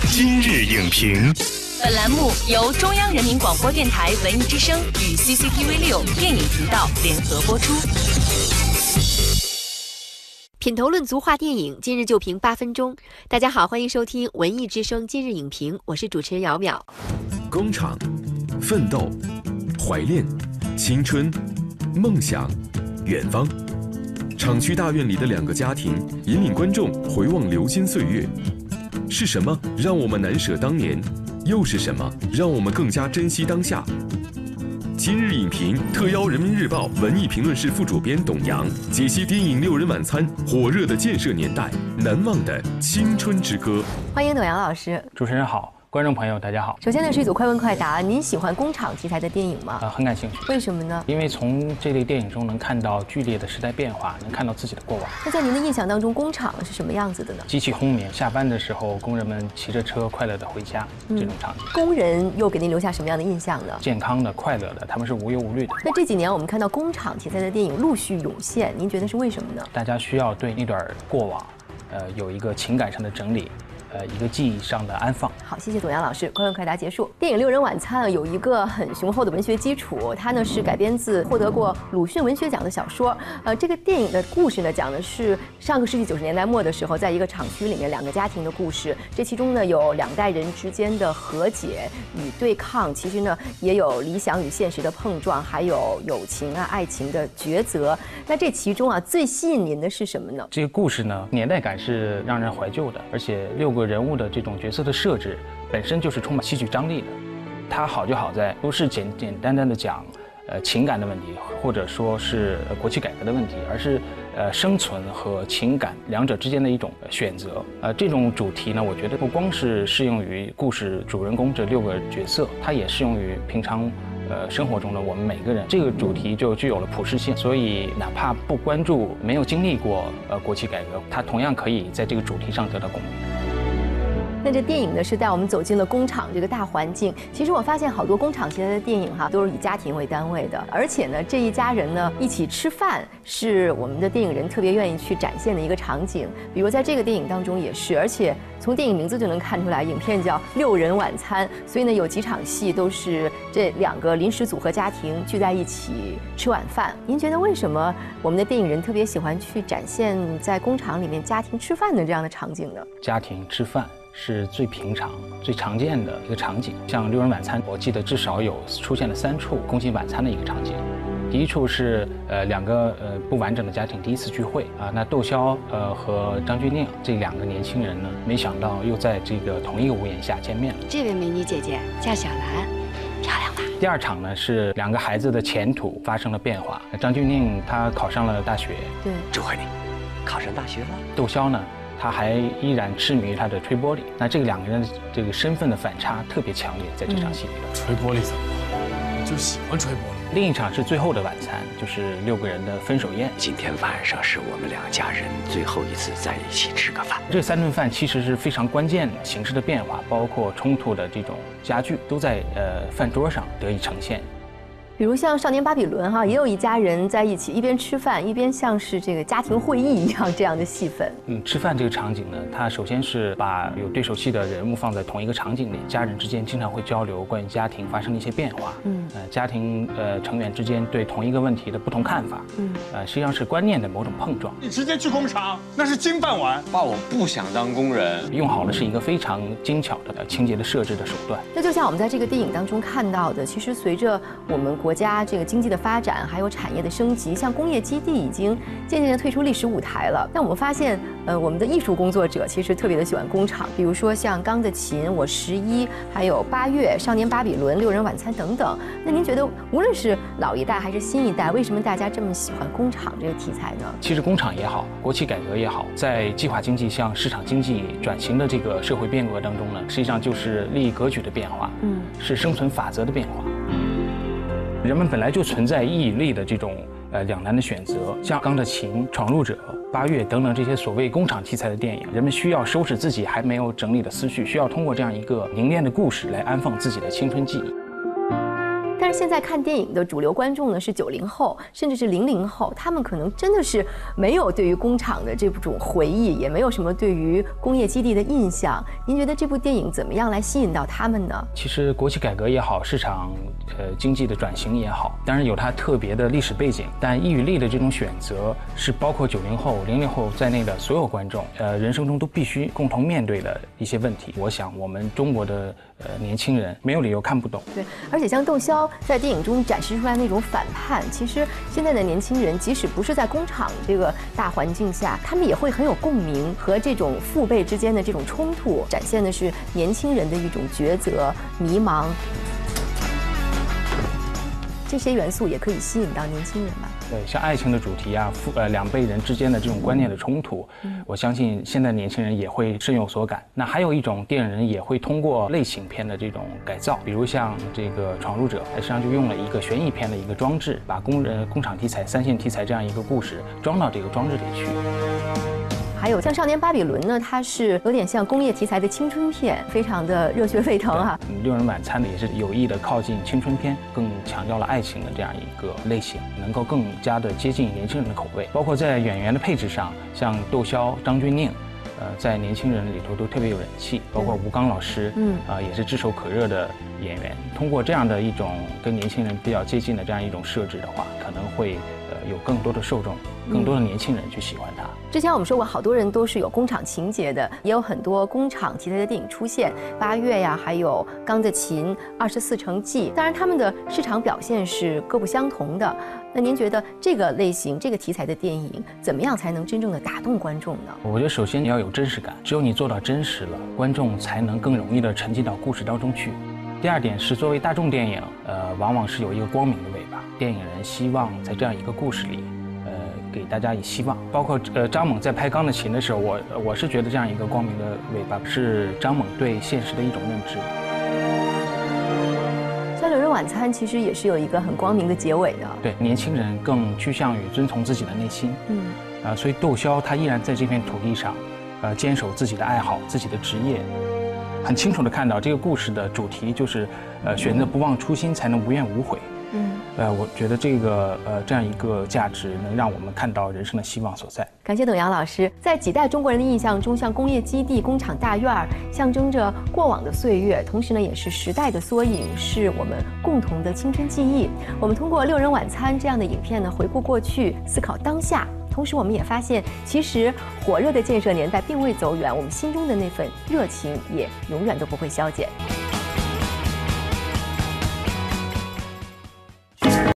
今日影评， 本栏目由中央人民广播电台文艺之声与 CCTV6电影频道联合播出。 品头论足话电影，今日就评8分钟。大家好，欢迎收听文艺之声今日影评，我是主持人姚淼。 工厂、奋斗、怀恋、青春、梦想、远方。厂区大院里的两个家庭，引领观众回望流金岁月。是什么让我们难舍当年？又是什么让我们更加珍惜当下？今日影评特邀人民日报文艺评论室副主编董阳解析电影《六人晚餐》火热的建设年代，难忘的青春之歌。 欢迎董阳老师。 主持人好，观众朋友大家好。 首先呢是一组快问快答，您喜欢工厂题材的电影吗？ 很感兴趣。 为什么呢？ 因为从这类电影中能看到剧烈的时代变化，能看到自己的过往。 那在您的印象当中，工厂是什么样子的呢？ 机器轰鸣，下班的时候工人们骑着车快乐地回家，这种场景。 工人又给您留下什么样的印象呢？ 健康的、快乐的，他们是无忧无虑的。 那这几年我们看到工厂题材的电影陆续涌现，您觉得是为什么呢？ 大家需要对那段过往，有一个情感上的整理。一个记忆上的安放。 好，谢谢董阳老师。快问快答结束。电影《六人晚餐》有一个很雄厚的文学基础，它呢是改编自获得过鲁迅文学奖的小说。这个电影的故事呢讲的是上个世纪90年代末的时候，在一个厂区里面两个家庭的故事。这其中呢有两代人之间的和解与对抗，其实呢也有理想与现实的碰撞，还有友情啊、爱情的抉择。那这其中啊最吸引您的是什么呢？ 这个故事呢年代感是让人怀旧的，而且6个人物的这种角色的设置本身就是充满戏剧张力的。它好就好在不是简单的讲情感的问题，或者说是国企改革的问题，而是生存和情感两者之间的一种选择。这种主题呢，我觉得不光是适用于故事主人公这6个角色，它也适用于平常生活中的我们每个人。这个主题就具有了普适性，所以哪怕不关注、没有经历过国企改革，它同样可以在这个主题上得到共鸣。 那这电影呢是带我们走进了工厂这个大环境。其实我发现好多工厂题材的电影都是以家庭为单位的，而且呢这一家人呢一起吃饭是我们的电影人特别愿意去展现的一个场景。比如在这个电影当中也是，而且从电影名字就能看出来，影片叫《六人晚餐》，所以呢有几场戏都是这2个临时组合家庭聚在一起吃晚饭。您觉得为什么我们的电影人特别喜欢去展现在工厂里面家庭吃饭的这样的场景呢？ 家庭吃饭是最平常、最常见的一个场景。像《六人晚餐》，我记得至少有出现了3处共进晚餐的一个场景。第一处是2个不完整的家庭第一次聚会啊，那窦骁和张钧甯这2个年轻人呢，没想到又在这个同一个屋檐下见面了。 这位美女姐姐叫小兰，漂亮吧？ 第2场呢是2个孩子的前途发生了变化。张钧甯他考上了大学， 对， 祝贺你考上大学了。 窦骁呢？他还依然痴迷于他的吹玻璃，那这个2个人的这个身份的反差特别强烈，在这场戏里头。 吹玻璃怎么了？我就喜欢吹玻璃。 另一场是最后的晚餐，就是6个人的分手宴。 今天晚上是我们2家人最后一次在一起吃个饭。 这3顿饭其实是非常关键形式的变化，包括冲突的这种加剧，都在饭桌上得以呈现。 比如像《少年巴比伦》也有一家人在一起，一边吃饭一边像是这个家庭会议一样这样的戏份。 吃饭这个场景呢，它首先是把有对手戏的人物放在同一个场景里，家人之间经常会交流关于家庭发生的一些变化，家庭成员之间对同一个问题的不同看法，实际上是观念的某种碰撞。 你直接去工厂，那是金饭碗。 爸，我不想当工人。 用好的是一个非常精巧的情节的设置的手段。 那就像我们在这个电影当中看到的，其实随着我们国家这个经济的发展，还有产业的升级，像工业基地已经渐渐的退出历史舞台了。但我们发现，我们的艺术工作者其实特别的喜欢工厂，比如说像《钢的琴》、我11，还有8月、少年巴比伦、6人晚餐等等。那您觉得，无论是老一代还是新一代，为什么大家这么喜欢工厂这个题材呢？ 其实工厂也好，国企改革也好，在计划经济向市场经济转型的这个社会变革当中呢，实际上就是利益格局的变化，是生存法则的变化。人们本来就存在义与利的这种两难的选择，像《钢的琴》《闯入者》《8月》等等这些所谓工厂题材的电影，人们需要收拾自己还没有整理的思绪，需要通过这样一个凝练的故事来安放自己的青春记忆。 但但是现在看电影的主流观众呢是90后，甚至是00后，他们可能真的是没有对于工厂的这种回忆，也没有什么对于工业基地的印象。您觉得这部电影怎么样来吸引到他们呢？ 其实国企改革也好，市场经济的转型也好，当然有它特别的历史背景，但意与利的这种选择是包括90后、00后在内的所有观众人生中都必须共同面对的一些问题。我想我们中国的年轻人没有理由看不懂。 对，而且像窦骁在电影中展示出来那种反叛，其实现在的年轻人即使不是在工厂这个大环境下，他们也会很有共鸣，和这种父辈之间的这种冲突，展现的是年轻人的一种抉择、迷茫。这些元素也可以吸引到年轻人吧？ 对，像爱情的主题啊，两辈人之间的这种观念的冲突，我相信现在年轻人也会深有所感。那还有一种电影人也会通过类型片的这种改造，比如像这个《闯入者》，它实际上就用了一个悬疑片的一个装置，把工厂题材、三线题材这样一个故事装到这个装置里去。 还有像《少年巴比伦》呢，它是有点像工业题材的青春片，非常的热血沸腾哈。 六人晚餐呢也是有意的靠近青春片，更强调了爱情的这样一个类型，能够更加的接近年轻人的口味。包括在演员的配置上，像窦骁、张钧甯，在年轻人里头都特别有人气。包括吴刚老师，也是炙手可热的演员。通过这样的一种跟年轻人比较接近的这样一种设置的话，可能会有更多的受众。更多的年轻人去喜欢它。 之前我们说过，好多人都是有工厂情节的，也有很多工厂题材的电影出现，八月呀，还有钢的琴、24城记。当然，他们的市场表现是各不相同的。那您觉得这个类型、这个题材的电影，怎么样才能真正的打动观众呢？ 我觉得首先你要有真实感，只有你做到真实了，观众才能更容易的沉浸到故事当中去。第二点是，作为大众电影，往往是有一个光明的尾巴。电影人希望在这样一个故事里。给大家以希望，包括张猛在拍《钢的琴》的时候，我是觉得这样一个光明的尾巴是张猛对现实的一种认知。 像《六人晚餐》其实也是有一个很光明的结尾的。 对，年轻人更趋向于遵从自己的内心。所以窦骁他依然在这片土地上，坚守自己的爱好、自己的职业。很清楚地看到这个故事的主题就是，选择不忘初心，才能无怨无悔。我觉得这样一个价值能让我们看到人生的希望所在。 感谢董阳老师。在几代中国人的印象中，像工业基地、工厂大院象征着过往的岁月，同时呢也是时代的缩影，是我们共同的青春记忆。我们通过《六人晚餐》这样的影片呢，回顾过去，思考当下。同时，我们也发现，其实火热的建设年代并未走远，我们心中的那份热情也永远都不会消减。